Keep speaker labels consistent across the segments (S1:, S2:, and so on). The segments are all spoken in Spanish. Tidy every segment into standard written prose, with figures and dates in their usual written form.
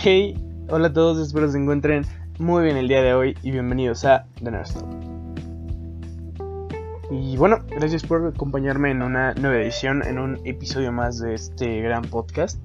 S1: Hey, hola a todos, espero se encuentren muy bien el día de hoy y bienvenidos a The Nerd Talk. Y bueno, gracias por acompañarme en una nueva edición, en un episodio más de este gran podcast.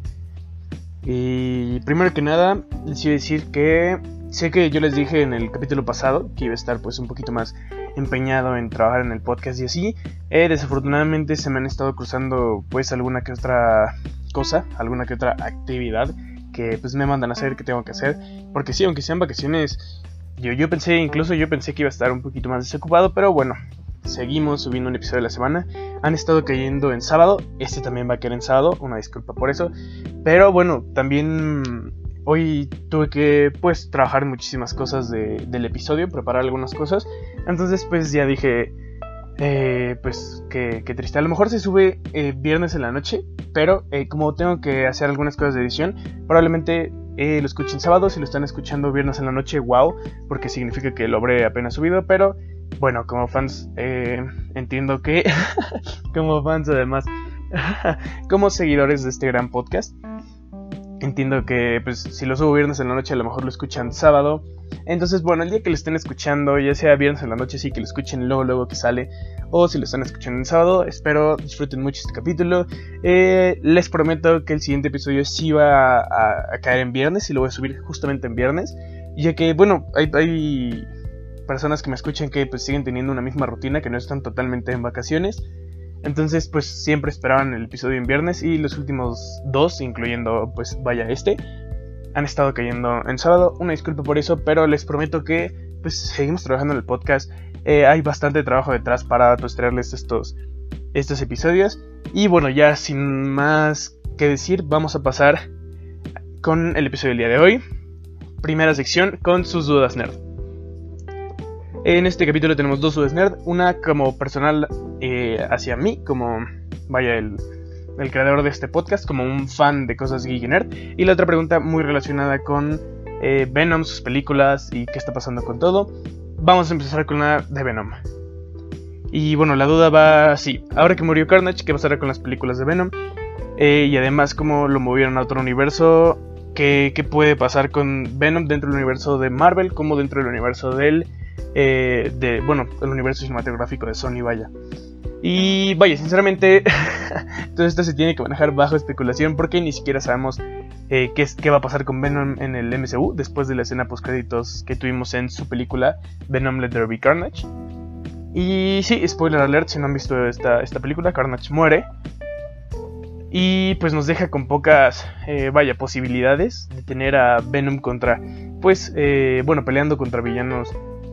S1: Y primero que nada, les iba a decir que sé que yo les dije en el capítulo pasado que iba a estar pues un poquito más empeñado en trabajar en el podcast y así. Desafortunadamente se me han estado cruzando pues alguna que otra cosa, alguna que otra actividad que pues me mandan a hacer, que tengo que hacer, porque sí, aunque sean vacaciones, yo pensé que iba a estar un poquito más desocupado, pero bueno, seguimos subiendo un episodio a la semana. Han estado cayendo en sábado, este también va a caer en sábado, una disculpa por eso, pero bueno, también hoy tuve que pues trabajar en muchísimas cosas del episodio, preparar algunas cosas, entonces pues ya dije, pues que triste, a lo mejor se sube viernes en la noche, pero como tengo que hacer algunas cosas de edición, probablemente lo escuchen sábado. Si lo están escuchando viernes en la noche, wow, porque significa que lo habré apenas subido, pero bueno, como fans entiendo que como fans además como seguidores de este gran podcast, entiendo que pues si lo subo viernes en la noche a lo mejor lo escuchan sábado. Entonces bueno, el día que lo estén escuchando, ya sea viernes en la noche, sí, que lo escuchen luego que sale, o si lo están escuchando en sábado, espero disfruten mucho este capítulo. Les prometo que el siguiente episodio sí va a caer en viernes y lo voy a subir justamente en viernes, ya que bueno, hay personas que me escuchan que pues siguen teniendo una misma rutina, que no están totalmente en vacaciones. Entonces pues siempre esperaban el episodio en viernes y los últimos dos, incluyendo pues vaya han estado cayendo en sábado. Una disculpa por eso, pero les prometo que pues seguimos trabajando en el podcast. Hay bastante trabajo detrás para pues traerles estos episodios. Y bueno, ya sin más que decir, vamos a pasar con el episodio del día de hoy. Primera sección, con sus dudas nerd. En este capítulo tenemos dos dudas nerd. Una como personal hacia mí, como vaya el creador de este podcast, como un fan de cosas geek y nerd. Y la otra pregunta muy relacionada con Venom, sus películas y qué está pasando con todo. Vamos a empezar con la de Venom. Y bueno, la duda va así: ahora que murió Carnage, ¿qué pasará con las películas de Venom? Y además, ¿cómo lo movieron a otro universo? ¿Qué puede pasar con Venom dentro del universo de Marvel, como dentro del universo el universo cinematográfico de Sony, vaya? Y vaya, sinceramente, todo esto se tiene que manejar bajo especulación, porque ni siquiera sabemos qué va a pasar con Venom en el MCU después de la escena postcréditos que tuvimos en su película Venom Let There Be Carnage. Y sí, spoiler alert, si no han visto esta película, Carnage muere. Y pues nos deja con pocas, posibilidades de tener a Venom peleando contra villanos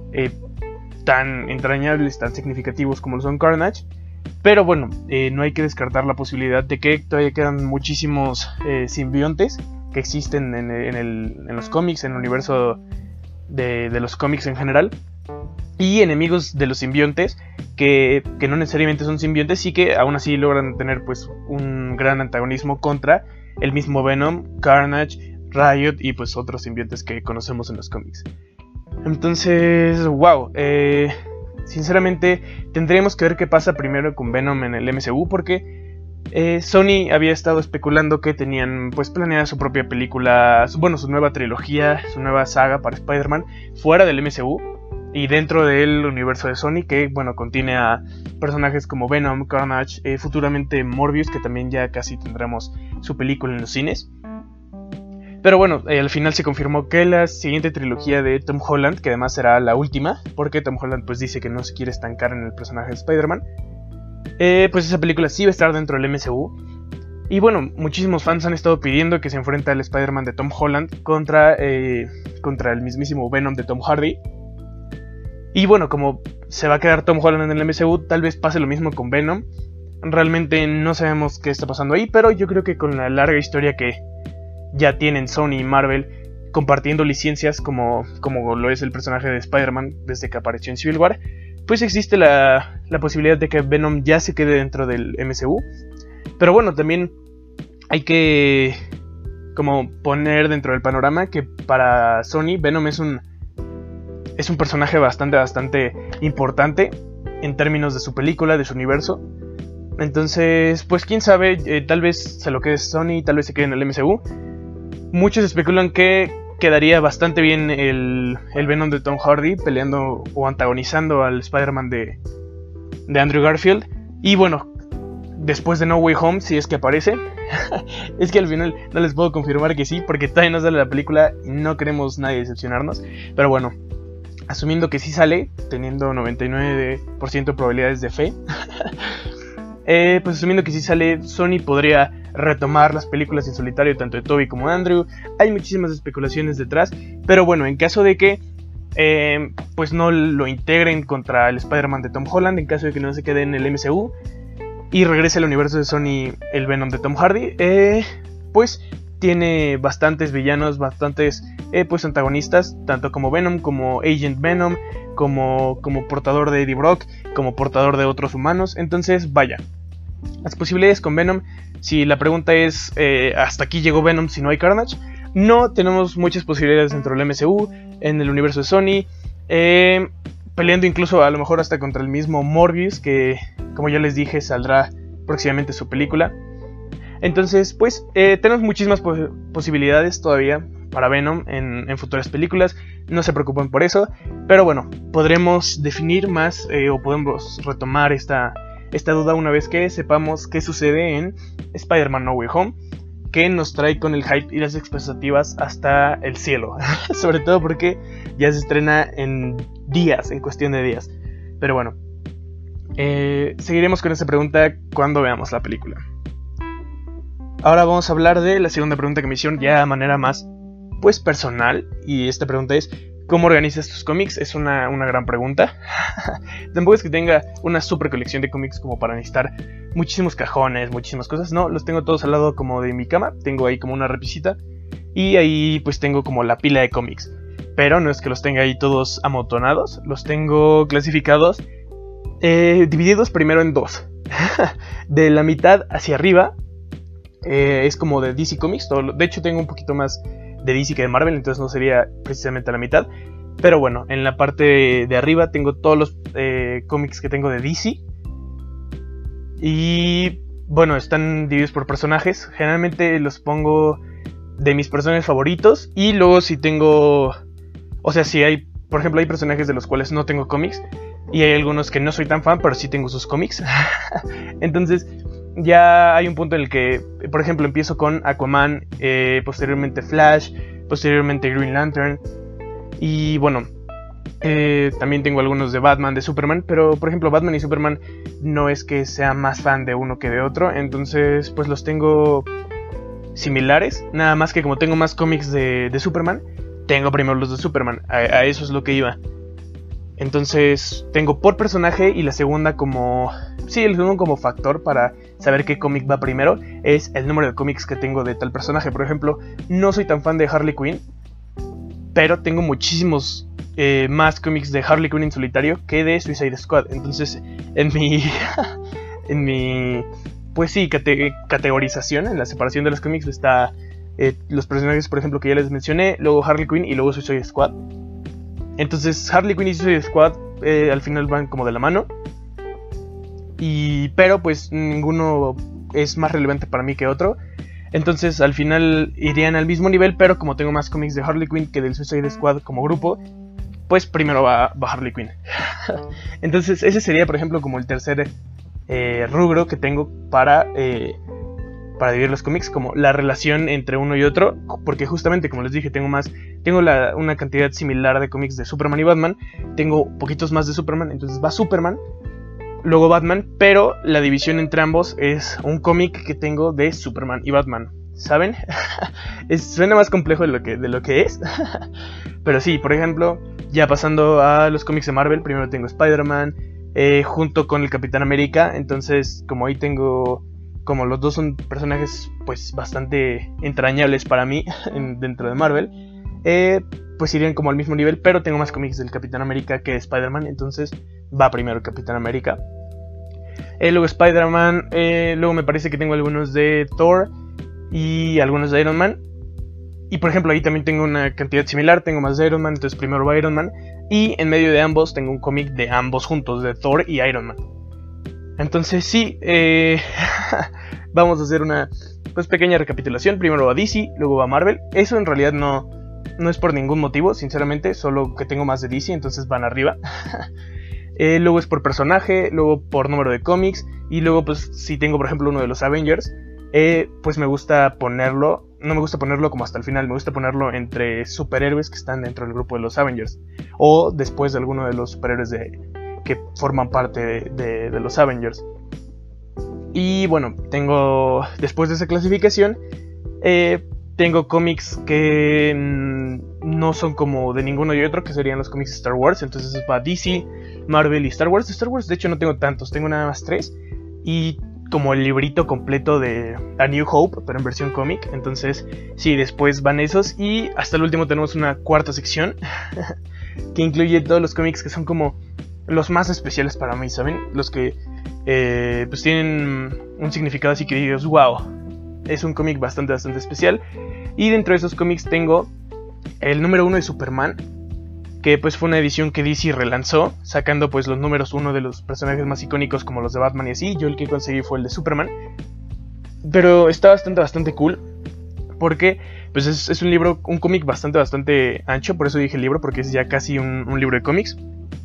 S1: tan entrañables, tan significativos como lo son Carnage. Pero bueno, no hay que descartar la posibilidad de que todavía quedan muchísimos simbiontes que existen en los cómics, en el universo de los cómics en general, y enemigos de los simbiontes que no necesariamente son simbiontes y que aún así logran tener pues un gran antagonismo contra el mismo Venom, Carnage, Riot y pues otros simbiontes que conocemos en los cómics. Entonces, wow, sinceramente tendríamos que ver qué pasa primero con Venom en el MCU, porque Sony había estado especulando que tenían pues planeada su propia película, su nueva trilogía, su nueva saga para Spider-Man fuera del MCU y dentro del universo de Sony, que bueno, contiene a personajes como Venom, Carnage, futuramente Morbius, que también ya casi tendremos su película en los cines. Pero bueno, al final se confirmó que la siguiente trilogía de Tom Holland, que además será la última, porque Tom Holland pues dice que no se quiere estancar en el personaje de Spider-Man, pues esa película sí va a estar dentro del MCU. Y bueno, muchísimos fans han estado pidiendo que se enfrente al Spider-Man de Tom Holland contra el mismísimo Venom de Tom Hardy. Y bueno, como se va a quedar Tom Holland en el MCU, tal vez pase lo mismo con Venom. Realmente no sabemos qué está pasando ahí, pero yo creo que con la larga historia que ya tienen Sony y Marvel compartiendo licencias como lo es el personaje de Spider-Man desde que apareció en Civil War, pues existe la posibilidad de que Venom ya se quede dentro del MCU. Pero bueno, también hay que como poner dentro del panorama que para Sony Venom es un personaje bastante importante en términos de su película, de su universo. Entonces, pues quién sabe, tal vez se lo quede Sony, tal vez se quede en el MCU. muchos especulan que quedaría bastante bien el Venom de Tom Hardy peleando o antagonizando al Spider-Man de Andrew Garfield. Y bueno, después de No Way Home, si es que aparece. Es que al final no les puedo confirmar que sí, porque todavía no sale la película y no queremos nadie decepcionarnos. Pero bueno, asumiendo que sí sale, teniendo 99% de probabilidades de fe, pues asumiendo que sí sale, Sony podría retomar las películas en solitario tanto de Tobey como de Andrew. Hay muchísimas especulaciones detrás, pero bueno, en caso de que pues no lo integren contra el Spider-Man de Tom Holland, en caso de que no se quede en el MCU y regrese al universo de Sony el Venom de Tom Hardy, pues tiene bastantes villanos, bastantes pues antagonistas, tanto como Venom, como Agent Venom, como portador de Eddie Brock, como portador de otros humanos. Entonces vaya, las posibilidades con Venom, si la pregunta es hasta aquí llegó Venom si no hay Carnage, no tenemos muchas posibilidades dentro del MCU, en el universo de Sony, peleando incluso a lo mejor hasta contra el mismo Morbius, que como ya les dije saldrá próximamente su película. Entonces pues tenemos muchísimas posibilidades todavía para Venom en futuras películas, no se preocupen por eso, pero bueno, podremos definir más o podemos retomar esta duda una vez que sepamos qué sucede en Spider-Man No Way Home, que nos trae con el hype y las expectativas hasta el cielo. Sobre todo porque ya se estrena en cuestión de días. Pero bueno, seguiremos con esta pregunta cuando veamos la película. Ahora vamos a hablar de la segunda pregunta que me hicieron ya de manera más pues personal. Y esta pregunta es: ¿cómo organizas tus cómics? Es una gran pregunta. Tampoco es que tenga una super colección de cómics como para necesitar muchísimos cajones, muchísimas cosas. No, los tengo todos al lado como de mi cama. Tengo ahí como una repisita. Y ahí pues tengo como la pila de cómics. Pero no es que los tenga ahí todos amontonados. Los tengo clasificados, divididos primero en dos. De la mitad hacia arriba es como de DC Comics. De hecho tengo un poquito más de DC que de Marvel, entonces no sería precisamente a la mitad. Pero bueno, en la parte de arriba tengo todos los cómics que tengo de DC. Y bueno, están divididos por personajes. Generalmente los pongo de mis personajes favoritos. Y luego si tengo... O sea, si hay... Por ejemplo, hay personajes de los cuales no tengo cómics. Y hay algunos que no soy tan fan, pero sí tengo sus cómics. Entonces ya hay un punto en el que, por ejemplo, empiezo con Aquaman, posteriormente Flash, posteriormente Green Lantern. Y bueno, también tengo algunos de Batman, de Superman. Pero por ejemplo, Batman y Superman no es que sea más fan de uno que de otro. Entonces pues los tengo similares. Nada más que como tengo más cómics de Superman, tengo primero los de Superman. A eso es lo que iba. Entonces tengo por personaje, y la segunda como... Sí, el segundo como factor para saber qué cómic va primero es el número de cómics que tengo de tal personaje. Por ejemplo, no soy tan fan de Harley Quinn, pero tengo muchísimos más cómics de Harley Quinn en solitario que de Suicide Squad. Entonces en mi pues sí, categorización, en la separación de los cómics está los personajes, por ejemplo, que ya les mencioné, luego Harley Quinn y luego Suicide Squad. Entonces Harley Quinn y Suicide Squad al final van como de la mano. Pero pues ninguno es más relevante para mí que otro. Entonces al final irían al mismo nivel, pero como tengo más cómics de Harley Quinn que del Suicide Squad como grupo, pues primero va Harley Quinn. Entonces ese sería, por ejemplo, como el tercer rubro que tengo para dividir los cómics, como la relación entre uno y otro. Porque justamente, como les dije, tengo una cantidad similar de cómics de Superman y Batman. Tengo poquitos más de Superman, entonces va Superman, luego Batman, pero la división entre ambos es un cómic que tengo de Superman y Batman, ¿saben? Suena más complejo de lo que es. Pero sí, por ejemplo, ya pasando a los cómics de Marvel, primero tengo Spider-Man junto con el Capitán América. Entonces, como ahí tengo, como los dos son personajes pues bastante entrañables para mí dentro de Marvel, pues irían como al mismo nivel, pero tengo más cómics del Capitán América que de Spider-Man, entonces va primero el Capitán América, luego Spider-Man, luego me parece que tengo algunos de Thor y algunos de Iron Man. Y por ejemplo ahí también tengo una cantidad similar, tengo más de Iron Man, entonces primero va Iron Man. Y en medio de ambos tengo un cómic de ambos juntos, de Thor y Iron Man. Entonces sí, vamos a hacer pues pequeña recapitulación, primero va DC, luego va Marvel. Eso en realidad no es por ningún motivo, sinceramente, solo que tengo más de DC, entonces van arriba. Luego es por personaje, luego por número de cómics, y luego pues si tengo por ejemplo uno de los Avengers, pues me gusta ponerlo, no me gusta ponerlo como hasta el final, me gusta ponerlo entre superhéroes que están dentro del grupo de los Avengers, o después de alguno de los superhéroes que forman parte de los Avengers. Y bueno, tengo, después de esa clasificación, tengo cómics que no son como de ninguno y otro, que serían los cómics de Star Wars. Entonces va DC, Marvel y Star Wars. De Star Wars de hecho no tengo tantos, tengo nada más 3. Y como el librito completo de A New Hope, pero en versión cómic. Entonces sí, después van esos. Y hasta el último tenemos una cuarta sección que incluye todos los cómics que son como los más especiales para mí, ¿saben? Los que pues tienen un significado así que digas, wow, es un cómic bastante especial. Y dentro de esos cómics tengo el número 1 de Superman, que pues fue una edición que DC relanzó, sacando pues los números 1 de los personajes más icónicos como los de Batman y así. Yo el que conseguí fue el de Superman, pero está bastante cool, porque pues es un libro, un cómic bastante ancho. Por eso dije libro, porque es ya casi un libro de cómics.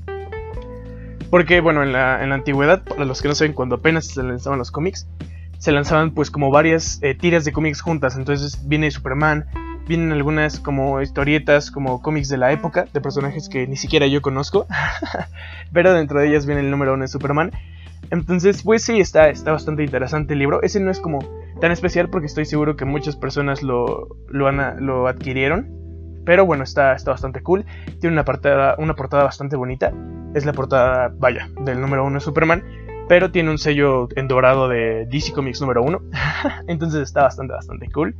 S1: Porque bueno, en la antigüedad, para los que no saben, cuando apenas se lanzaban los cómics, se lanzaban pues como varias tiras de cómics juntas. Entonces viene Superman, vienen algunas como historietas, como cómics de la época, de personajes que ni siquiera yo conozco, pero dentro de ellas viene el número 1 de Superman. Entonces pues sí, está bastante interesante el libro. Ese no es como tan especial porque estoy seguro que muchas personas lo adquirieron, pero bueno, está bastante cool. Tiene una portada bastante bonita. Es la portada, vaya, del número 1 de Superman, pero tiene un sello en dorado de DC Comics número 1. Entonces está bastante cool.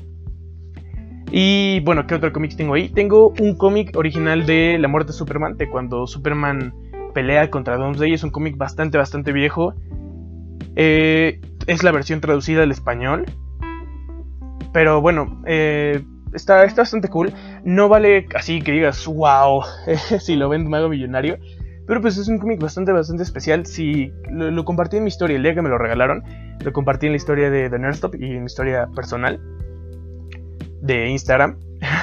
S1: Y bueno, ¿qué otro cómic tengo ahí? Tengo un cómic original de la muerte de Superman, de cuando Superman pelea contra Doomsday. Es un cómic bastante viejo. Es la versión traducida al español, pero bueno, está bastante cool. No vale así que digas wow, si lo vendo me hago millonario, pero pues es un cómic bastante especial. Si lo compartí en mi historia el día que me lo regalaron, lo compartí en la historia de Nerdstop y en mi historia personal de Instagram.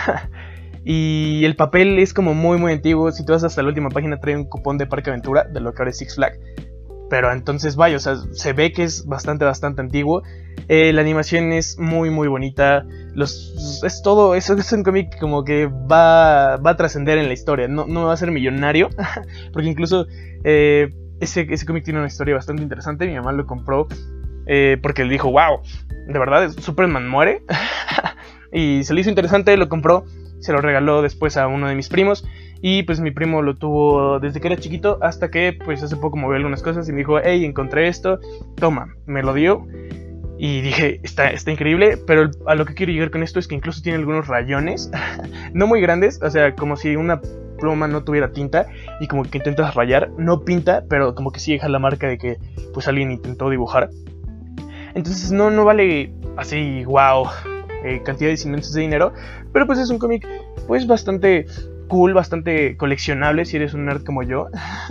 S1: Y el papel es como muy antiguo. Si tú vas hasta la última página trae un cupón de Parque Aventura, de lo que ahora es Six Flags. Pero entonces vaya, o sea, se ve que es bastante antiguo. La animación es muy bonita. Es todo, es un cómic como que va a trascender en la historia. No va a ser millonario, porque incluso ese cómic tiene una historia bastante interesante. Mi mamá lo compró porque le dijo, wow, de verdad, Superman muere. Y se le hizo interesante, lo compró, se lo regaló después a uno de mis primos. Y pues mi primo lo tuvo desde que era chiquito hasta que pues hace poco movió algunas cosas y me dijo, hey, encontré esto, toma, me lo dio. Y dije, está increíble, pero a lo que quiero llegar con esto es que incluso tiene algunos rayones, no muy grandes, o sea, como si una pluma no tuviera tinta y como que intentas rayar, no pinta, pero como que sí deja la marca de que pues alguien intentó dibujar. Entonces no vale así, wow, cantidades inmensas de dinero, pero pues es un cómic pues bastante cool, bastante coleccionable si eres un nerd como yo.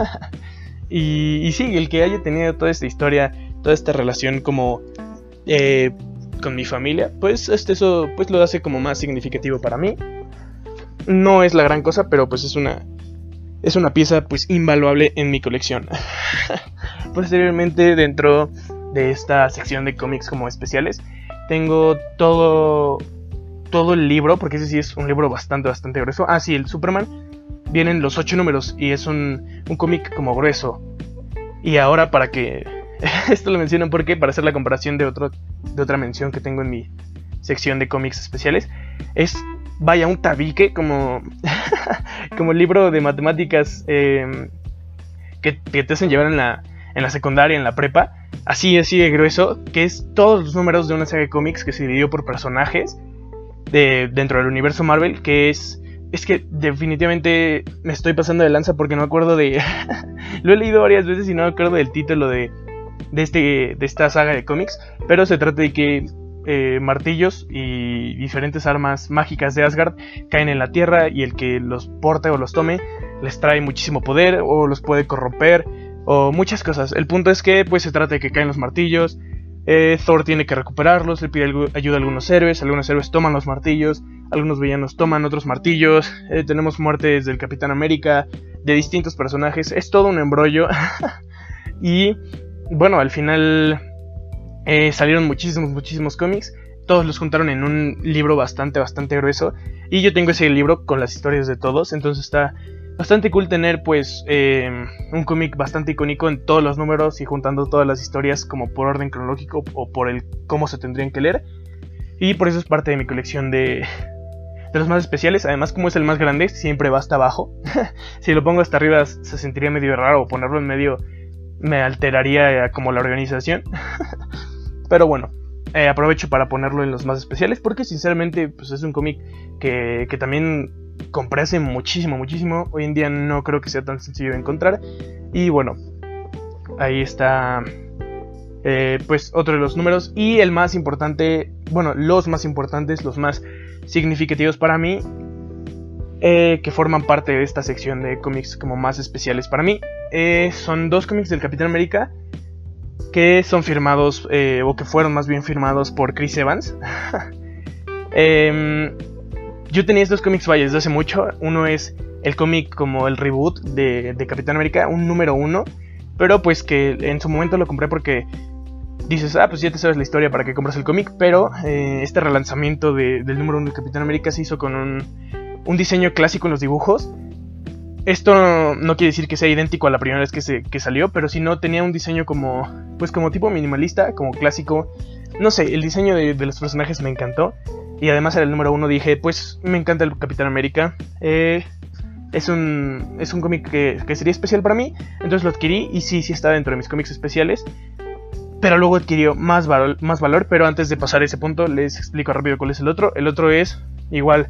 S1: y sí, el que haya tenido toda esta historia, toda esta relación como con mi familia, pues eso pues lo hace como más significativo para mí. No es la gran cosa, pero pues es una pieza pues invaluable en mi colección. Posteriormente, dentro de esta sección de cómics como especiales, tengo todo el libro, porque ese sí es un libro bastante grueso. Ah, sí, el Superman vienen los 8 números y es un cómic como grueso. Y ahora para que esto lo menciono porque para hacer la comparación de otra mención que tengo en mi sección de cómics especiales, es vaya un tabique como como el libro de matemáticas que te hacen llevar en la secundaria, en la prepa, así de grueso, que es todos los números de una saga de cómics que se dividió por personajes dentro del universo Marvel, que es que definitivamente me estoy pasando de lanza porque no me acuerdo de lo he leído varias veces y no me acuerdo del título de esta saga de cómics, pero se trata de que martillos y diferentes armas mágicas de Asgard caen en la tierra y el que los porte o los tome les trae muchísimo poder o los puede corromper o muchas cosas. El punto es que pues se trata de que caen los martillos, Thor tiene que recuperarlos, le pide ayuda a algunos héroes toman los martillos, algunos villanos toman otros martillos, tenemos muertes del Capitán América, de distintos personajes, es todo un embrollo. Y bueno, al final salieron muchísimos cómics, todos los juntaron en un libro bastante grueso, y yo tengo ese libro con las historias de todos, entonces está bastante cool tener pues un cómic bastante icónico en todos los números y juntando todas las historias como por orden cronológico o por el cómo se tendrían que leer. Y por eso es parte de mi colección de los más especiales. Además, como es el más grande, siempre va hasta abajo. Si lo pongo hasta arriba se sentiría medio raro, o ponerlo en medio me alteraría como la organización. Pero bueno, aprovecho para ponerlo en los más especiales porque sinceramente pues es un cómic que también compré hace muchísimo. Hoy en día no creo que sea tan sencillo de encontrar. Y bueno, ahí está pues otro de los números. Y el más importante, bueno, los más importantes, los más significativos para mí, que forman parte de esta sección de cómics como más especiales para mí, son dos cómics del Capitán América que son firmados, o que fueron más bien firmados por Chris Evans. Yo tenía estos cómics desde hace mucho. Uno es el cómic como el reboot de Capitán América, un número 1, pero pues que en su momento lo compré porque dices, pues ya te sabes la historia, para que compras el cómic. Pero este relanzamiento del número 1 de Capitán América se hizo con un diseño clásico en los dibujos. Esto no quiere decir que sea idéntico a la primera vez que salió, pero si no, tenía un diseño como tipo minimalista, como clásico. No sé, el diseño de los personajes me encantó. Y además era el número 1, dije, pues me encanta el Capitán América. Es un cómic que sería especial para mí. Entonces lo adquirí y sí está dentro de mis cómics especiales. Pero luego adquirió más valor. Pero antes de pasar a ese punto, les explico rápido cuál es el otro. El otro es igual,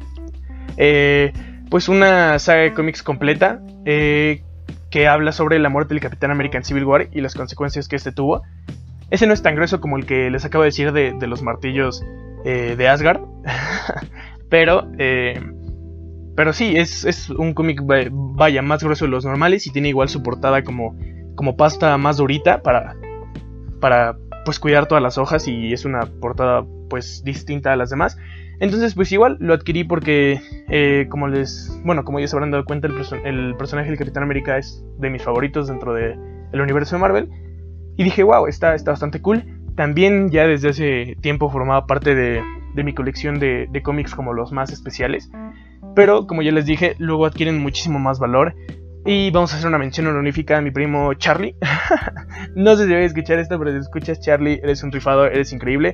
S1: pues una saga de cómics completa, que habla sobre la muerte del Capitán América en Civil War y las consecuencias que este tuvo. Ese no es tan grueso como el que les acabo de decir de los martillos de Asgard. pero sí, es un cómic más grueso de los normales, y tiene igual su portada como pasta más durita para pues cuidar todas las hojas, y es una portada pues distinta a las demás. Entonces pues igual lo adquirí porque como ya se habrán dado cuenta, el personaje del Capitán América es de mis favoritos dentro del universo de Marvel. Y dije, wow, está bastante cool. También ya desde hace tiempo formaba parte de mi colección de cómics como los más especiales. Pero como ya les dije, luego adquieren muchísimo más valor. Y vamos a hacer una mención honorífica a mi primo Charlie. No sé si voy a escuchar esto, pero si escuchas, Charlie, eres un rifado, eres increíble.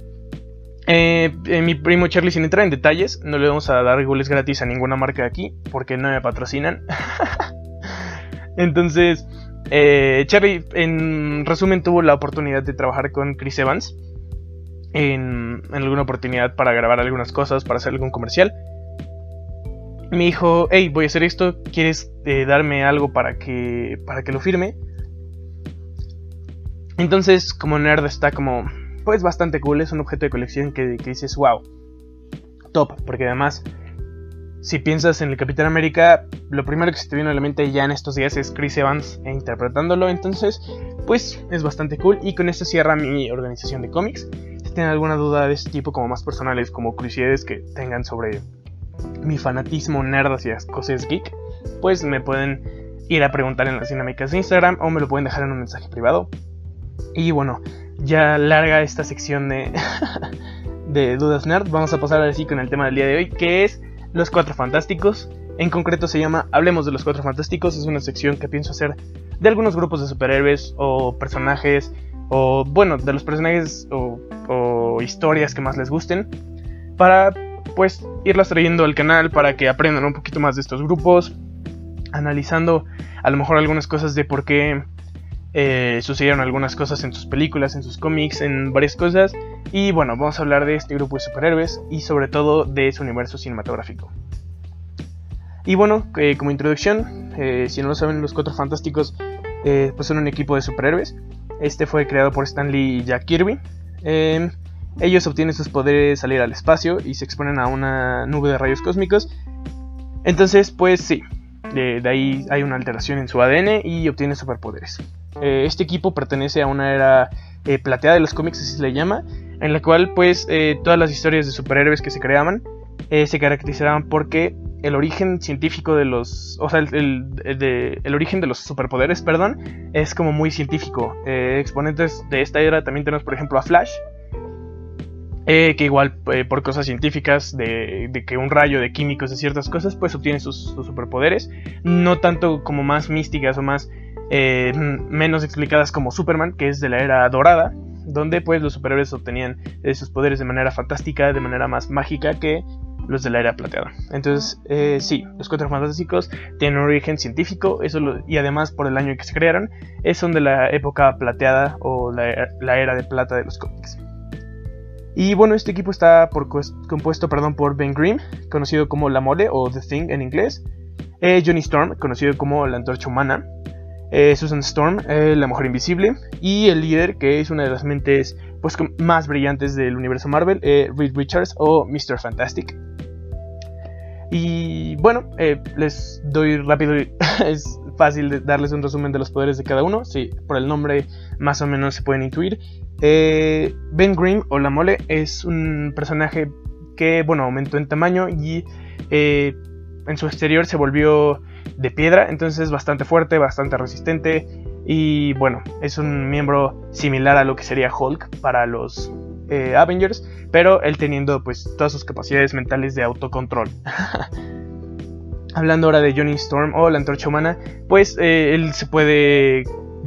S1: Mi primo Charlie, sin entrar en detalles, no le vamos a dar goles gratis a ninguna marca de aquí, porque no me patrocinan. Entonces, Charlie, en resumen, tuvo la oportunidad de trabajar con Chris Evans en alguna oportunidad para grabar algunas cosas, para hacer algún comercial. Me dijo, hey, voy a hacer esto, ¿quieres darme algo para que lo firme? Entonces, como nerd, está como pues bastante cool. Es un objeto de colección que dices, wow, top. Porque además, si piensas en el Capitán América, lo primero que se te viene a la mente ya en estos días es Chris Evans interpretándolo. Entonces, pues es bastante cool. Y con esto cierra mi organización de cómics. Si tienen alguna duda de este tipo, como más personales, como curiosidades que tengan sobre mi fanatismo nerd hacia cosas geek, pues me pueden ir a preguntar en las dinámicas de Instagram, o me lo pueden dejar en un mensaje privado. Y bueno, ya larga esta sección de dudas nerd. Vamos a pasar ahora sí con el tema del día de hoy, que es los Cuatro Fantásticos. En concreto se llama Hablemos de los Cuatro Fantásticos. Es una sección que pienso hacer de algunos grupos de superhéroes o personajes, o bueno, de los personajes o historias que más les gusten, para pues irlas trayendo al canal para que aprendan un poquito más de estos grupos, analizando a lo mejor algunas cosas de por qué sucedieron algunas cosas en sus películas, en sus cómics, en varias cosas. Y bueno, vamos a hablar de este grupo de superhéroes y sobre todo de su universo cinematográfico. Y bueno, como introducción, si no lo saben, los Cuatro Fantásticos pues son un equipo de superhéroes. Este fue creado por Stan Lee y Jack Kirby. Ellos obtienen sus poderes salir al espacio y se exponen a una nube de rayos cósmicos. Entonces pues sí, de ahí hay una alteración en su ADN y obtienen superpoderes. Este equipo pertenece a una era plateada de los cómics, así se le llama, en la cual pues todas las historias de superhéroes que se creaban se caracterizaban porque el origen científico de los, o sea, el origen de los superpoderes, perdón, es como muy científico. Exponentes de esta era también tenemos, por ejemplo, a Flash, que igual por cosas científicas de que un rayo de químicos de ciertas cosas pues obtiene sus superpoderes, no tanto como más místicas o más menos explicadas como Superman, que es de la era dorada, donde pues los superhéroes obtenían sus poderes de manera fantástica, de manera más mágica que los de la era plateada. Entonces sí, los Cuatro Fantásticos tienen un origen científico, y además por el año en que se crearon, son de la época plateada o la era de plata de los cómics. Y bueno, este equipo está compuesto por Ben Grimm, conocido como La Mole o The Thing en inglés, Johnny Storm, conocido como la Antorcha Humana, Susan Storm, la Mujer Invisible, y el líder, que es una de las mentes pues más brillantes del universo Marvel, Reed Richards o Mr. Fantastic. Y bueno, les doy rápido, es fácil de darles un resumen de los poderes de cada uno, sí, por el nombre más o menos se pueden intuir. Ben Grimm o La Mole es un personaje que, bueno, aumentó en tamaño y en su exterior se volvió de piedra, entonces es bastante fuerte, bastante resistente y bueno, es un miembro similar a lo que sería Hulk para los Avengers, pero él teniendo pues todas sus capacidades mentales de autocontrol. Hablando ahora de Johnny Storm o la Antorcha Humana, pues él se puede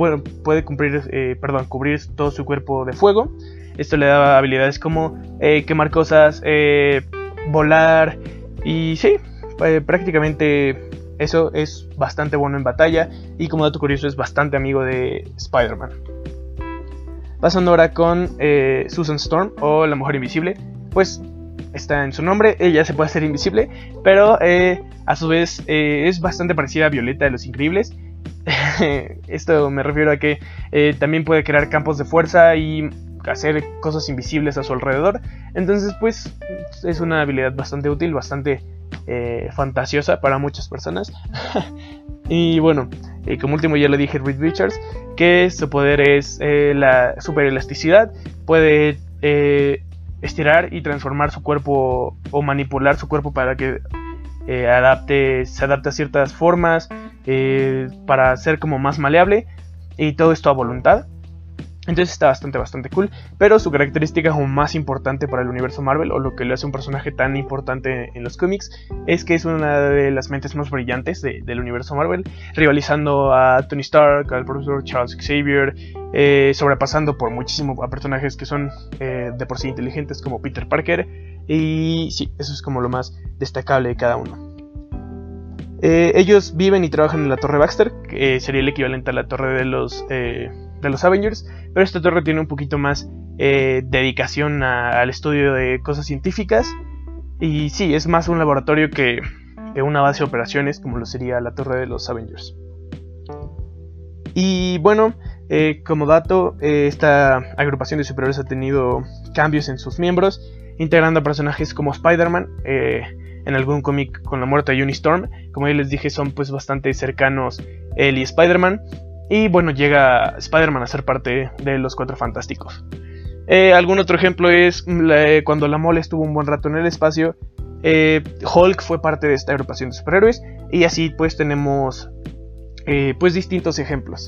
S1: cubrir todo su cuerpo de fuego. Esto le da habilidades como quemar cosas, volar y sí, prácticamente eso es bastante bueno en batalla y como dato curioso es bastante amigo de Spider-Man. Pasando ahora con Susan Storm o la Mujer Invisible, pues está en su nombre, ella se puede hacer invisible, pero a su vez es bastante parecida a Violeta de los Increíbles. Esto me refiero a que también puede crear campos de fuerza y hacer cosas invisibles a su alrededor. Entonces pues es una habilidad bastante útil, bastante fantasiosa para muchas personas. Y bueno, como último ya lo dije, Reed Richards, que su poder es la super elasticidad. Puede estirar y transformar su cuerpo o manipular su cuerpo para que se adapte a ciertas formas, para ser como más maleable, y todo esto a voluntad. Entonces está bastante cool, pero su característica como más importante para el universo Marvel, o lo que le hace un personaje tan importante en los cómics, es que es una de las mentes más brillantes del universo Marvel, rivalizando a Tony Stark, al profesor Charles Xavier, sobrepasando por muchísimo a personajes que son de por sí inteligentes como Peter Parker, y sí, eso es como lo más destacable de cada uno. Ellos viven y trabajan en la Torre Baxter, que sería el equivalente a la torre de los Avengers, pero esta torre tiene un poquito más dedicación al estudio de cosas científicas, y sí, es más un laboratorio que una base de operaciones como lo sería la torre de los Avengers. Y bueno, como dato, esta agrupación de superhéroes ha tenido cambios en sus miembros, integrando a personajes como Spider-Man, en algún cómic con la muerte de Johnny Storm. Como ya les dije, son pues bastante cercanos él y Spider-Man. Y bueno, llega Spider-Man a ser parte de los Cuatro Fantásticos. Algún otro ejemplo es cuando la Mole estuvo un buen rato en el espacio, Hulk fue parte de esta agrupación de superhéroes. Y así pues tenemos pues distintos ejemplos.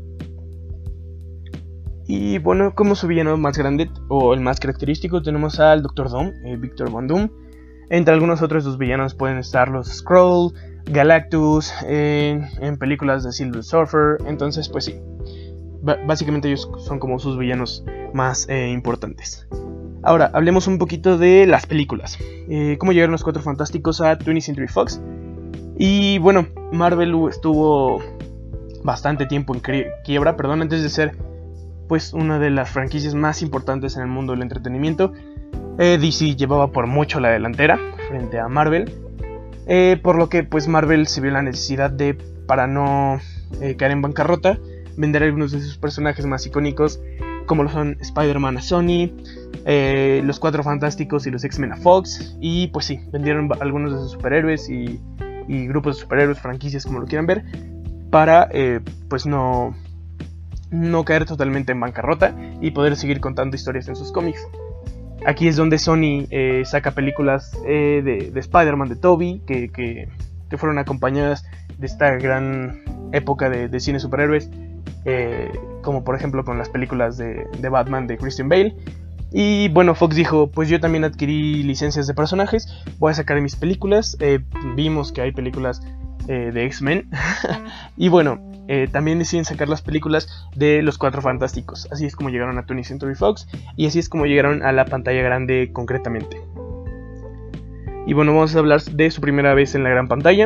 S1: Y bueno, como su villano más grande o el más característico tenemos al Dr. Doom, Victor Von Doom. Entre algunos otros sus villanos pueden estar los Skrull, Galactus, en películas de Silver Surfer. Entonces pues sí, básicamente ellos son como sus villanos más importantes. Ahora, hablemos un poquito de las películas. Cómo llegaron los Cuatro Fantásticos a 20th Century Fox. Y bueno, Marvel estuvo bastante tiempo en quiebra, antes de ser pues una de las franquicias más importantes en el mundo del entretenimiento. DC llevaba por mucho la delantera frente a Marvel, por lo que pues Marvel se vio la necesidad de, para no caer en bancarrota, vender algunos de sus personajes más icónicos, como lo son Spider-Man a Sony, los Cuatro Fantásticos y los X-Men a Fox. Y pues sí, vendieron algunos de sus superhéroes y grupos de superhéroes, franquicias, como lo quieran ver, para pues no no caer totalmente en bancarrota y poder seguir contando historias en sus cómics. Aquí es donde Sony saca películas de Spider-Man de Tobey, que fueron acompañadas de esta gran época de cine superhéroes, como por ejemplo con las películas de Batman de Christian Bale. Y bueno, Fox dijo, pues yo también adquirí licencias de personajes, voy a sacar mis películas. Vimos que hay películas de X-Men. Y bueno, también deciden sacar las películas de los Cuatro Fantásticos. Así es como llegaron a 20th Century Fox y así es como llegaron a la pantalla grande concretamente. Y bueno, vamos a hablar de su primera vez en la gran pantalla.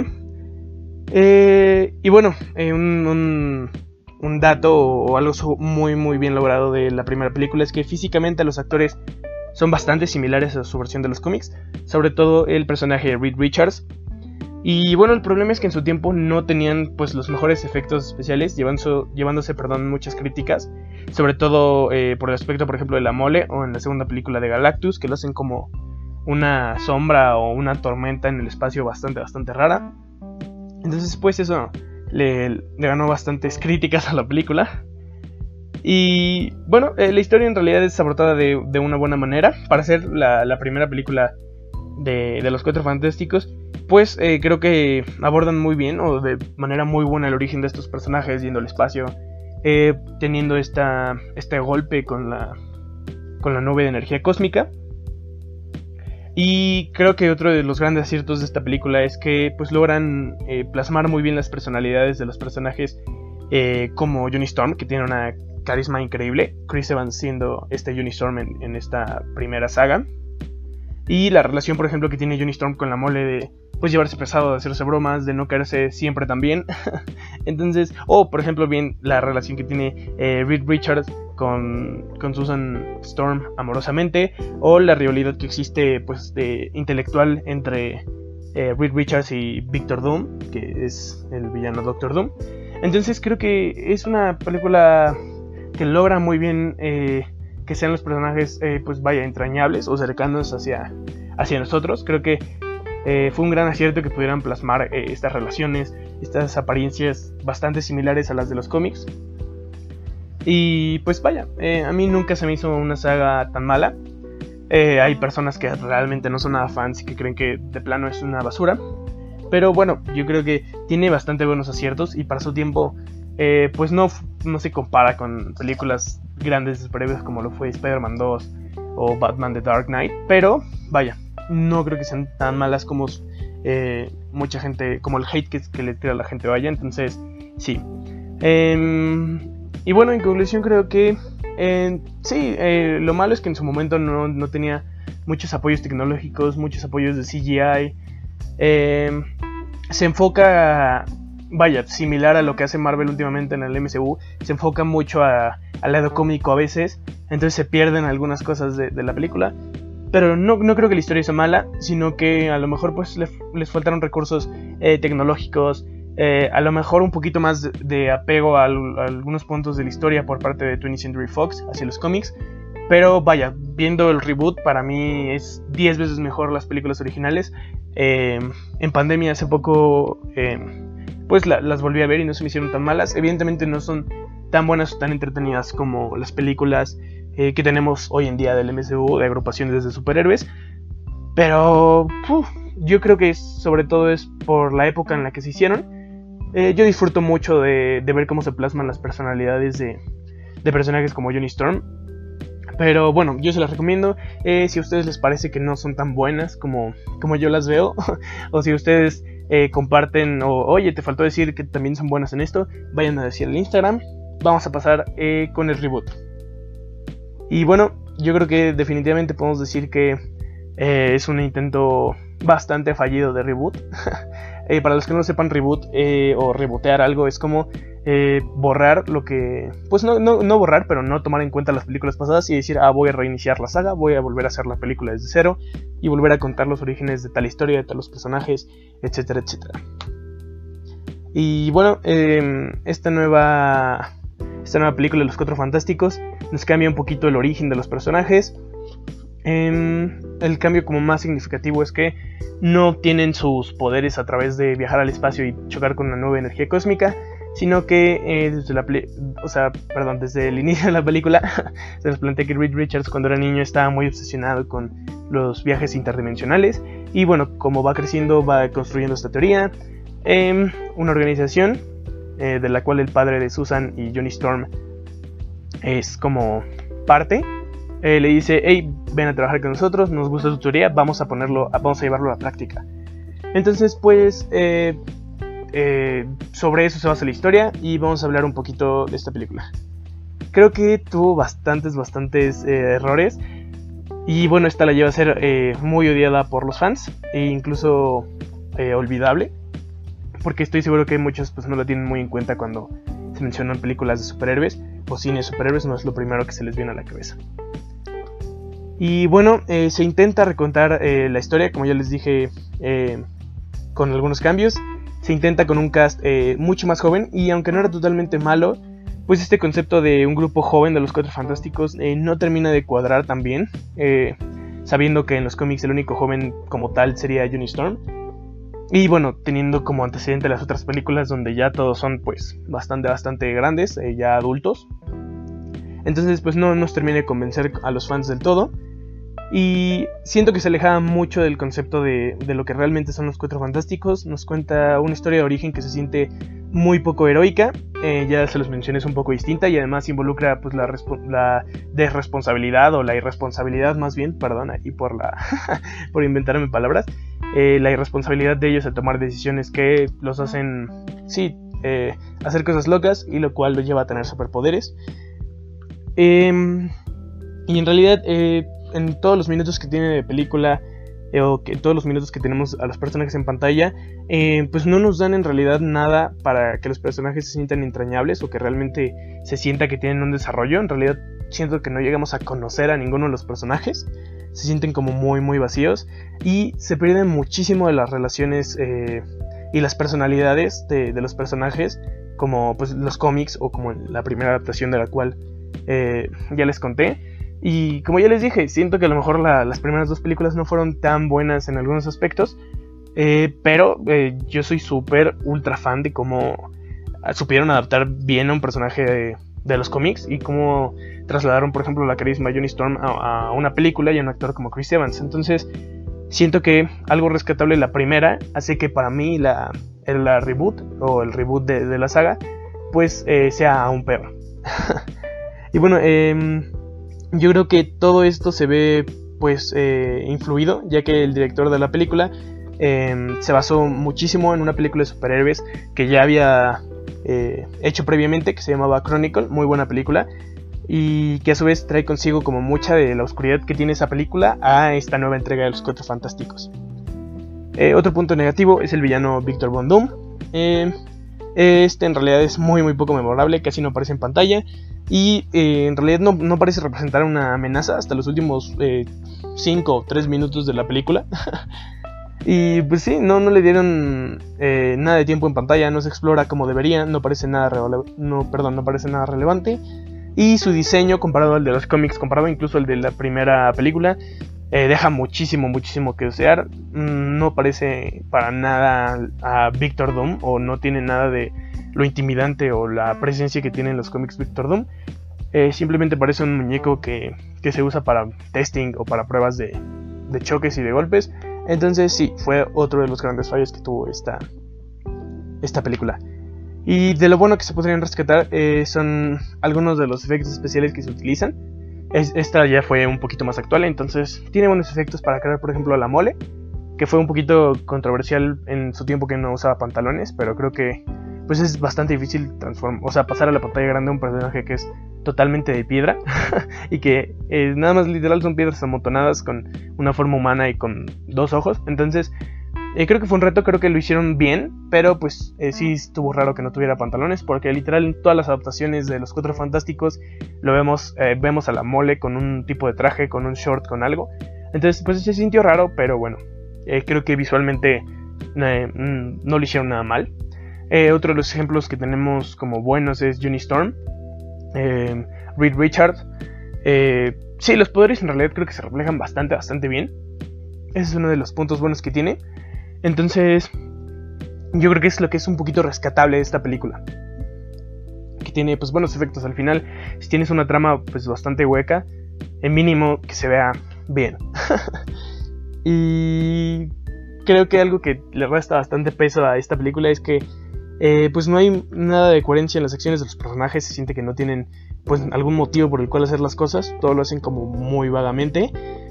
S1: Y bueno, un dato o algo muy muy bien logrado de la primera película es que físicamente los actores son bastante similares a su versión de los cómics, sobre todo el personaje de Reed Richards. Y bueno, el problema es que en su tiempo no tenían pues los mejores efectos especiales, llevándose muchas críticas, sobre todo por el aspecto, por ejemplo, de la mole, o en la segunda película de Galactus, que lo hacen como una sombra o una tormenta en el espacio bastante rara. Entonces pues eso le ganó bastantes críticas a la película. Y bueno, la historia en realidad es abordada de una buena manera. Para ser la primera película de los Cuatro Fantásticos, pues creo que abordan muy bien o de manera muy buena el origen de estos personajes, yendo al espacio, teniendo este golpe con la nube de energía cósmica. Y creo que otro de los grandes aciertos de esta película es que pues logran plasmar muy bien las personalidades de los personajes, como Johnny Storm, que tiene una carisma increíble, Chris Evans siendo Johnny Storm en esta primera saga, y la relación, por ejemplo, que tiene Johnny Storm con la mole de pues llevarse pesado, de hacerse bromas, de no caerse siempre tan bien. Entonces, por ejemplo, bien la relación que tiene Reed Richards con Susan Storm amorosamente, o la rivalidad que existe pues de intelectual entre Reed Richards y Victor Doom, que es el villano Doctor Doom. Entonces creo que es una película que logra muy bien que sean los personajes pues vaya entrañables o cercanos hacia nosotros. Creo que fue un gran acierto que pudieran plasmar estas relaciones, estas apariencias bastante similares a las de los cómics. Y pues vaya, a mí nunca se me hizo una saga tan mala. Hay personas que realmente no son nada fans y que creen que de plano es una basura. Pero bueno, yo creo que tiene bastante buenos aciertos y para su tiempo pues no se compara con películas grandes de superhéroes como lo fue Spider-Man 2 o Batman The Dark Knight. Pero vaya, no creo que sean tan malas como mucha gente, como el hate que le tira a la gente vaya. Entonces, sí. Y bueno, en conclusión creo que sí, lo malo es que en su momento no tenía muchos apoyos tecnológicos, muchos apoyos de CGI. Se enfoca, vaya, similar a lo que hace Marvel últimamente en el MCU. Se enfoca mucho al lado cómico a veces, entonces se pierden algunas cosas de la película. Pero no creo que la historia sea mala, sino que a lo mejor pues les faltaron recursos tecnológicos, a lo mejor un poquito más de apego a algunos puntos de la historia por parte de 20th Century Fox hacia los cómics. Pero vaya, viendo el reboot, para mí es 10 veces mejor las películas originales. En pandemia hace poco pues las volví a ver y no se me hicieron tan malas. Evidentemente no son tan buenas o tan entretenidas como las películas que tenemos hoy en día del MCU, de agrupaciones de superhéroes. Pero yo creo que sobre todo es por la época en la que se hicieron. Yo disfruto mucho de ver cómo se plasman las personalidades de personajes como Johnny Storm. Pero bueno, yo se las recomiendo. Si a ustedes les parece que no son tan buenas como yo las veo, o si ustedes comparten o oye, te faltó decir que también son buenas en esto, vayan a decir el Instagram. Vamos a pasar con el reboot. Y bueno, yo creo que definitivamente podemos decir que es un intento bastante fallido de reboot. Para los que no sepan, reboot o rebotear algo es como borrar lo que... Pues no borrar, pero no tomar en cuenta las películas pasadas y decir, voy a reiniciar la saga, voy a volver a hacer la película desde cero y volver a contar los orígenes de tal historia, de talos personajes, etcétera, etcétera. Y bueno, esta nueva película de los Cuatro Fantásticos nos cambia un poquito el origen de los personajes. El cambio como más significativo es que no obtienen sus poderes a través de viajar al espacio y chocar con una nube de energía cósmica, sino que desde el inicio de la película se nos plantea que Reed Richards cuando era niño estaba muy obsesionado con los viajes interdimensionales, y bueno, como va creciendo va construyendo esta teoría. Una organización de la cual el padre de Susan y Johnny Storm es como parte, le dice: hey, ven a trabajar con nosotros, nos gusta tu teoría, vamos a llevarlo a la práctica. Entonces pues sobre eso se basa la historia, y vamos a hablar un poquito de esta película. Creo que tuvo bastantes errores, y bueno, esta la lleva a ser muy odiada por los fans, e incluso olvidable, porque estoy seguro que muchos pues no la tienen muy en cuenta cuando se mencionan películas de superhéroes o cine de superhéroes, no es lo primero que se les viene a la cabeza. Y bueno, se intenta recontar la historia, como ya les dije, con algunos cambios. Se intenta con un cast mucho más joven, y aunque no era totalmente malo, pues este concepto de un grupo joven de los Cuatro Fantásticos no termina de cuadrar tan bien, sabiendo que en los cómics el único joven como tal sería Johnny Storm. Y bueno, teniendo como antecedente las otras películas donde ya todos son pues bastante grandes, ya adultos. Entonces pues no nos termina de convencer a los fans del todo. Y siento que se alejaba mucho del concepto de lo que realmente son los Cuatro Fantásticos. Nos cuenta una historia de origen que se siente muy poco heroica, ya se los mencioné, es un poco distinta, y además involucra pues la desresponsabilidad, o la irresponsabilidad más bien, perdón ahí por por inventarme palabras, la irresponsabilidad de ellos al tomar decisiones que los hacen hacer cosas locas, y lo cual los lleva a tener superpoderes. Y en realidad en todos los minutos que tiene de película, o que todos los minutos que tenemos a los personajes en pantalla, pues no nos dan en realidad nada para que los personajes se sientan entrañables, o que realmente se sienta que tienen un desarrollo. En realidad siento que no llegamos a conocer a ninguno de los personajes, se sienten como muy vacíos, y se pierden muchísimo de las relaciones y las personalidades de los personajes, como pues los cómics, o como la primera adaptación de la cual ya les conté. Y como ya les dije, siento que a lo mejor las primeras dos películas no fueron tan buenas en algunos aspectos, pero yo soy súper ultra fan de cómo supieron adaptar bien a un personaje de los cómics, y cómo trasladaron, por ejemplo, la carisma de Johnny Storm a una película y a un actor como Chris Evans. Entonces siento que algo rescatable de la primera hace que para mí la reboot, o el reboot de la saga, pues sea aún peor. Y bueno, yo creo que todo esto se ve pues influido, ya que el director de la película se basó muchísimo en una película de superhéroes que ya había hecho previamente, que se llamaba Chronicle, muy buena película, y que a su vez trae consigo como mucha de la oscuridad que tiene esa película a esta nueva entrega de los Cuatro Fantásticos. Otro punto negativo es el villano Victor Von Doom. Este en realidad es muy poco memorable, casi no aparece en pantalla, y en realidad no parece representar una amenaza hasta los últimos 5 o 3 minutos de la película. Y pues sí, no le dieron nada de tiempo en pantalla, no se explora como debería, no parece nada relevante. Y su diseño comparado al de los cómics, comparado incluso al de la primera película, deja muchísimo que desear. No parece para nada a Victor Doom, o no tiene nada de lo intimidante o la presencia que tiene en los cómics Victor Doom. Simplemente parece un muñeco que se usa para testing o para pruebas de choques y de golpes. Entonces sí, fue otro de los grandes fallos que tuvo esta película. Y de lo bueno que se podrían rescatar son algunos de los efectos especiales que se utilizan. Esta ya fue un poquito más actual, entonces tiene buenos efectos para crear, por ejemplo, a la Mole, que fue un poquito controversial en su tiempo que no usaba pantalones, pero creo que pues es bastante difícil pasar a la pantalla grande a un personaje que es totalmente de piedra y que nada más literal son piedras amontonadas con una forma humana y con dos ojos. Entonces creo que fue un reto, creo que lo hicieron bien, pero pues sí estuvo raro que no tuviera pantalones, porque literal en todas las adaptaciones de los Cuatro Fantásticos lo vemos a la Mole con un tipo de traje, con un short, con algo. Entonces pues se sintió raro, pero bueno, creo que visualmente no lo hicieron nada mal. Otro de los ejemplos que tenemos como buenos es Johnny Storm, Reed Richards. Sí, los poderes en realidad creo que se reflejan bastante bien. Ese es uno de los puntos buenos que tiene. Entonces yo creo que es lo que es un poquito rescatable de esta película. tiene pues buenos efectos al final, si tienes una trama pues bastante hueca, en mínimo que se vea bien. Y creo que algo que le resta bastante peso a esta película es que pues no hay nada de coherencia en las acciones de los personajes. Se siente que no tienen pues algún motivo por el cual hacer las cosas, todo lo hacen como muy vagamente,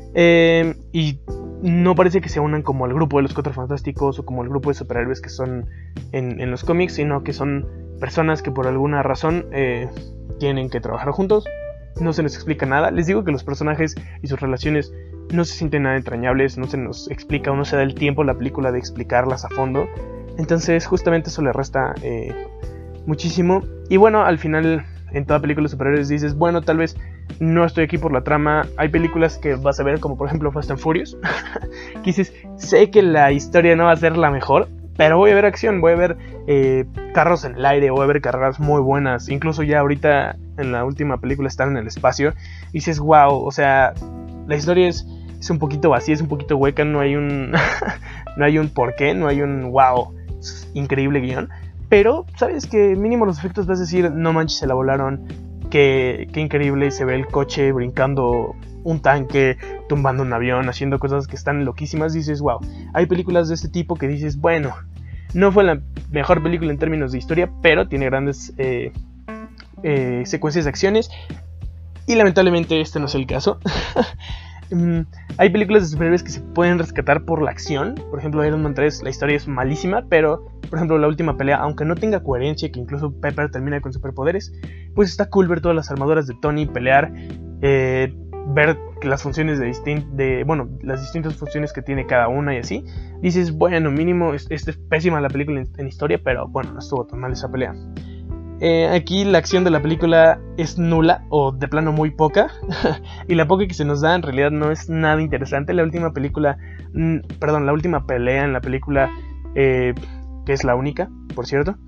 S1: y no parece que se unan como al grupo de los Cuatro Fantásticos o como el grupo de superhéroes que son en los cómics, sino que son personas que por alguna razón tienen que trabajar juntos. No se nos explica nada. Les digo que los personajes y sus relaciones no se sienten nada entrañables, no se nos explica o no se da el tiempo en la película de explicarlas a fondo. Entonces justamente eso le resta muchísimo. Y bueno, al final en toda película de superhéroes dices, bueno, tal vez no estoy aquí por la trama. Hay películas que vas a ver, como por ejemplo Fast and Furious, que dices, sé que la historia no va a ser la mejor, pero voy a ver acción, voy a ver carros en el aire, voy a ver carreras muy buenas. Incluso ya ahorita en la última película están en el espacio. Y dices, wow, o sea, la historia es un poquito vacía, es un poquito hueca, no hay un no hay un porqué, no hay un wow, increíble guión. Pero sabes que mínimo los efectos vas a decir, no manches, se la volaron, qué increíble, se ve el coche brincando un tanque, tumbando un avión, haciendo cosas que están loquísimas. Dices, wow, hay películas de este tipo que dices, bueno, no fue la mejor película en términos de historia, pero tiene grandes secuencias de acciones, y lamentablemente este no es el caso. Hay películas de superhéroes que se pueden rescatar por la acción. Por ejemplo, Iron Man 3, la historia es malísima, pero por ejemplo la última pelea, aunque no tenga coherencia, que incluso Pepper termina con superpoderes, pues está cool ver todas las armaduras de Tony pelear, ver las funciones las distintas funciones que tiene cada una y así. Dices, bueno, mínimo es pésima la película en historia, pero bueno, no estuvo tan mal esa pelea. Aquí la acción de la película es nula o de plano muy poca. Y la poca que se nos da en realidad no es nada interesante. La última pelea en la película, que es la única, por cierto,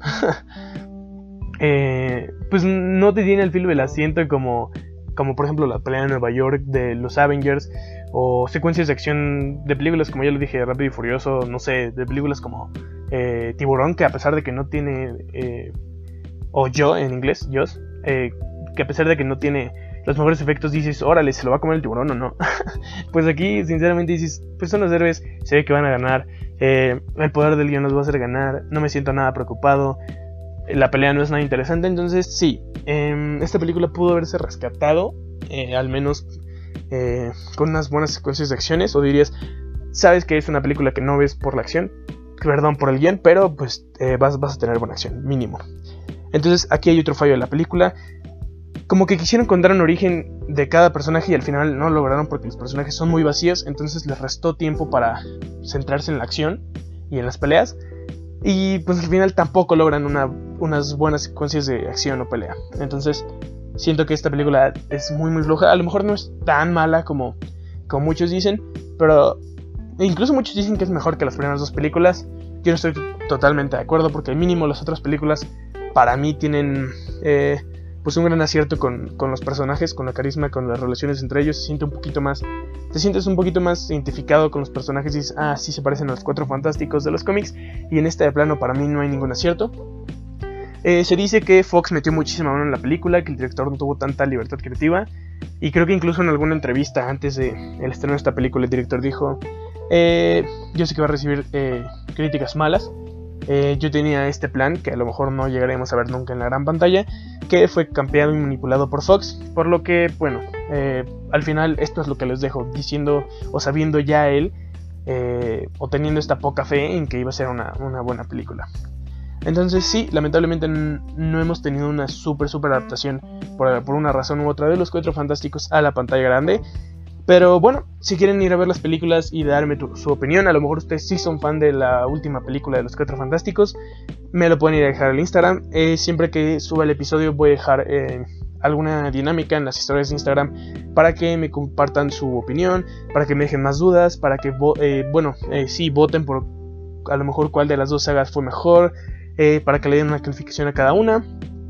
S1: pues no te tiene el filo del asiento como por ejemplo la pelea en Nueva York de los Avengers, o secuencias de acción de películas como ya lo dije, Rápido y Furioso, no sé, de películas como Tiburón, que a pesar de que no tiene o Yo en inglés, Jaws, que a pesar de que no tiene los mejores efectos, dices, órale, ¿se lo va a comer el tiburón o no? Pues aquí sinceramente dices, pues son los héroes, se ve que van a ganar, el poder del guion nos va a hacer ganar, no me siento nada preocupado, la pelea no es nada interesante. Entonces sí, esta película pudo haberse rescatado, al menos con unas buenas secuencias de acciones, o dirías, sabes que es una película que no ves por la acción, perdón, por el guion, pero pues vas a tener buena acción, mínimo. Entonces aquí hay otro fallo de la película. Como que quisieron contar un origen de cada personaje y al final no lo lograron porque los personajes son muy vacíos. Entonces les restó tiempo para centrarse en la acción y en las peleas. Y pues al final tampoco logran unas buenas secuencias de acción o pelea. Entonces siento que esta película es muy muy floja. A lo mejor no es tan mala como muchos dicen, pero incluso muchos dicen que es mejor que las primeras dos películas. Yo no estoy totalmente de acuerdo, porque al mínimo las otras películas para mí tienen pues un gran acierto con los personajes, con la carisma, con las relaciones entre ellos. Te sientes un poquito más identificado con los personajes y dices, sí se parecen a los Cuatro Fantásticos de los cómics. Y en este de plano para mí no hay ningún acierto. Se dice que Fox metió muchísima mano en la película, que el director no tuvo tanta libertad creativa, y creo que incluso en alguna entrevista antes del estreno de esta película el director dijo, yo sé que va a recibir críticas malas. Yo tenía este plan que a lo mejor no llegaremos a ver nunca en la gran pantalla, que fue campeado y manipulado por Fox, por lo que, bueno, al final esto es lo que les dejo, diciendo o sabiendo ya él, o teniendo esta poca fe en que iba a ser una buena película. Entonces sí, lamentablemente no hemos tenido una super adaptación por una razón u otra de los Cuatro Fantásticos a la pantalla grande. Pero bueno, si quieren ir a ver las películas y darme su opinión, a lo mejor ustedes sí son fan de la última película de los Cuatro Fantásticos, me lo pueden ir a dejar al Instagram. Siempre que suba el episodio voy a dejar alguna dinámica en las historias de Instagram para que me compartan su opinión, para que me dejen más dudas, para que voten por a lo mejor cuál de las dos sagas fue mejor, para que le den una calificación a cada una.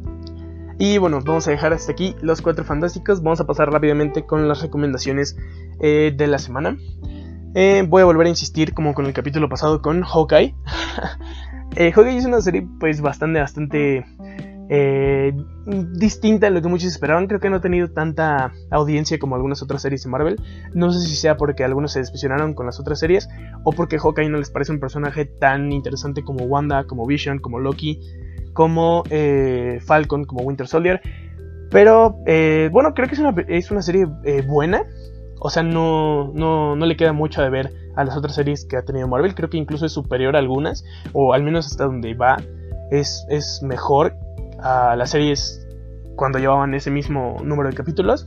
S1: Y bueno, vamos a dejar hasta aquí los Cuatro Fantásticos. Vamos a pasar rápidamente con las recomendaciones de la semana. Voy a volver a insistir, como con el capítulo pasado, con Hawkeye. Hawkeye es una serie pues bastante distinta a lo que muchos esperaban. Creo que no ha tenido tanta audiencia como algunas otras series de Marvel. No sé si sea porque algunos se decepcionaron con las otras series o porque Hawkeye no les parece un personaje tan interesante como Wanda, como Vision, como Loki, como Falcon, como Winter Soldier. Pero bueno, creo que es una serie buena. O sea, no le queda mucho de ver a las otras series que ha tenido Marvel. Creo que incluso es superior a algunas, o al menos hasta donde va es mejor a las series cuando llevaban ese mismo número de capítulos.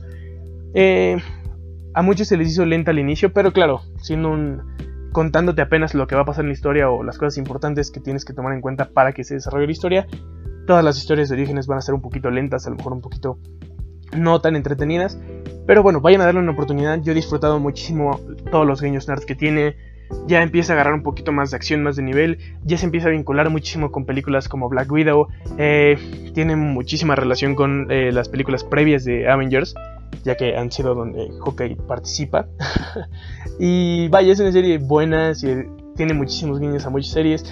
S1: A muchos se les hizo lenta al inicio, pero claro, contándote apenas lo que va a pasar en la historia o las cosas importantes que tienes que tomar en cuenta para que se desarrolle la historia, todas las historias de orígenes van a ser un poquito lentas, a lo mejor un poquito no tan entretenidas. Pero bueno, vayan a darle una oportunidad. Yo he disfrutado muchísimo todos los guiños nerds que tiene. Ya empieza a agarrar un poquito más de acción, más de nivel. Ya se empieza a vincular muchísimo con películas como Black Widow. Tiene muchísima relación con las películas previas de Avengers, ya que han sido donde Hawkeye participa. Y vaya, es una serie buena, tiene muchísimos guiños a muchas series.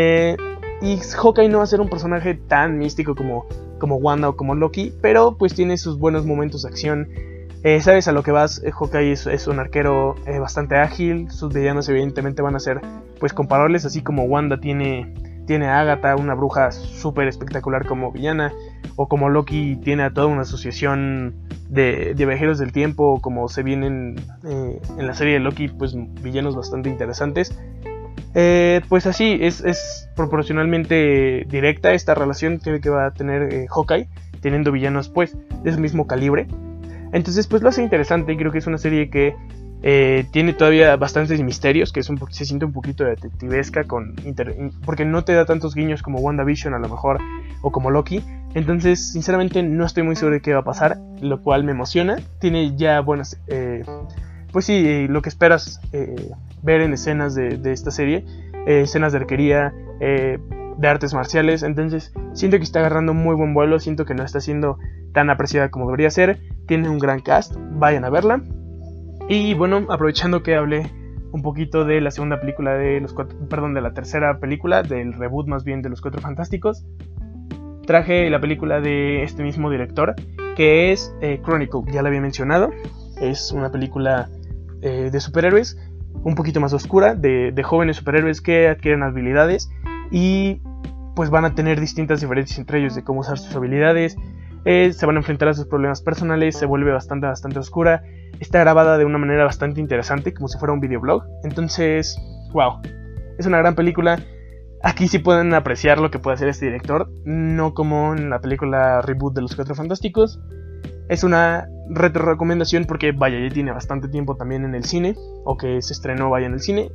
S1: Y Hawkeye no va a ser un personaje tan místico como Wanda o como Loki, pero pues tiene sus buenos momentos de acción. Sabes a lo que vas. Hawkeye es un arquero bastante ágil. Sus villanos evidentemente van a ser pues comparables, así como Wanda tiene a Agatha, una bruja súper espectacular como villana, o como Loki tiene a toda una asociación de viajeros del tiempo, como se vienen en la serie de Loki, pues villanos bastante interesantes. Pues así, es proporcionalmente directa esta relación que va a tener Hawkeye, teniendo villanos pues de su mismo calibre. Entonces pues lo hace interesante, y creo que es una serie que tiene todavía bastantes misterios, que se siente un poquito detectivesca, porque no te da tantos guiños como WandaVision a lo mejor, o como Loki. Entonces sinceramente no estoy muy seguro de qué va a pasar, lo cual me emociona. Tiene ya buenas, pues sí, lo que esperas ver en escenas de esta serie, escenas de arquería, de artes marciales. Entonces siento que está agarrando muy buen vuelo, siento que no está siendo tan apreciada como debería ser. Tiene un gran cast, vayan a verla. Y bueno, aprovechando que hablé un poquito de la segunda película de la tercera película, del reboot más bien de Los Cuatro Fantásticos, traje la película de este mismo director, que es Chronicle. Ya la había mencionado, es una película de superhéroes, un poquito más oscura, de jóvenes superhéroes que adquieren habilidades y pues van a tener distintas diferencias entre ellos de cómo usar sus habilidades. Se van a enfrentar a sus problemas personales, se vuelve bastante oscura. Está grabada de una manera bastante interesante, como si fuera un videoblog. Entonces, wow, es una gran película. Aquí sí pueden apreciar lo que puede hacer este director, no como en la película reboot de Los Cuatro Fantásticos. Es una recomendación porque vaya, ya tiene bastante tiempo también en el cine, o que se estrenó vaya en el cine.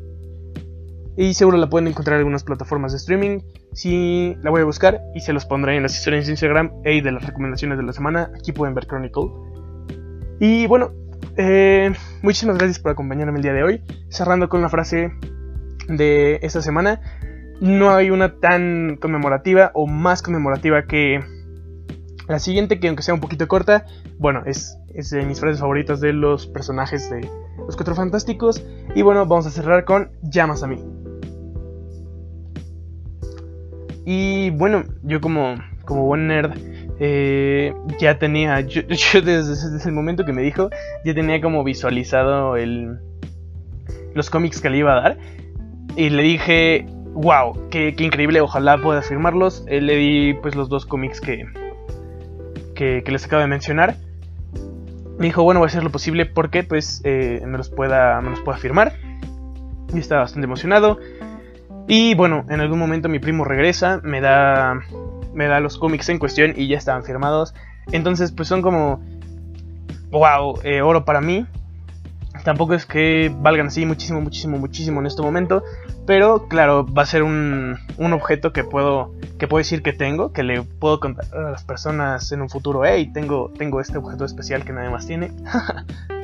S1: Y seguro la pueden encontrar en algunas plataformas de streaming. Sí, la voy a buscar y se los pondré en las historias de Instagram de las recomendaciones de la semana. Aquí pueden ver Chronicle. Y bueno, muchísimas gracias por acompañarme el día de hoy. Cerrando con la frase de esta semana: no hay una tan conmemorativa o más conmemorativa que la siguiente, que aunque sea un poquito corta, bueno, es de mis frases favoritas de los personajes de Los Cuatro Fantásticos. Y bueno, vamos a cerrar con Llamas a mí. Y bueno, yo como buen nerd, ya tenía, yo desde el momento que me dijo, ya tenía como visualizado los cómics que le iba a dar. Y le dije, wow, qué increíble, ojalá pueda firmarlos. Le di pues los dos cómics que les acabo de mencionar. Me dijo, bueno, voy a hacer lo posible porque pues me los pueda firmar. Y estaba bastante emocionado. Y bueno, en algún momento mi primo regresa, me da los cómics en cuestión y ya estaban firmados. Entonces pues son como, wow, oro para mí. Tampoco es que valgan así muchísimo en este momento, pero claro, va a ser un objeto que puedo decir que tengo, que le puedo contar a las personas en un futuro. Hey, tengo este objeto especial que nadie más tiene.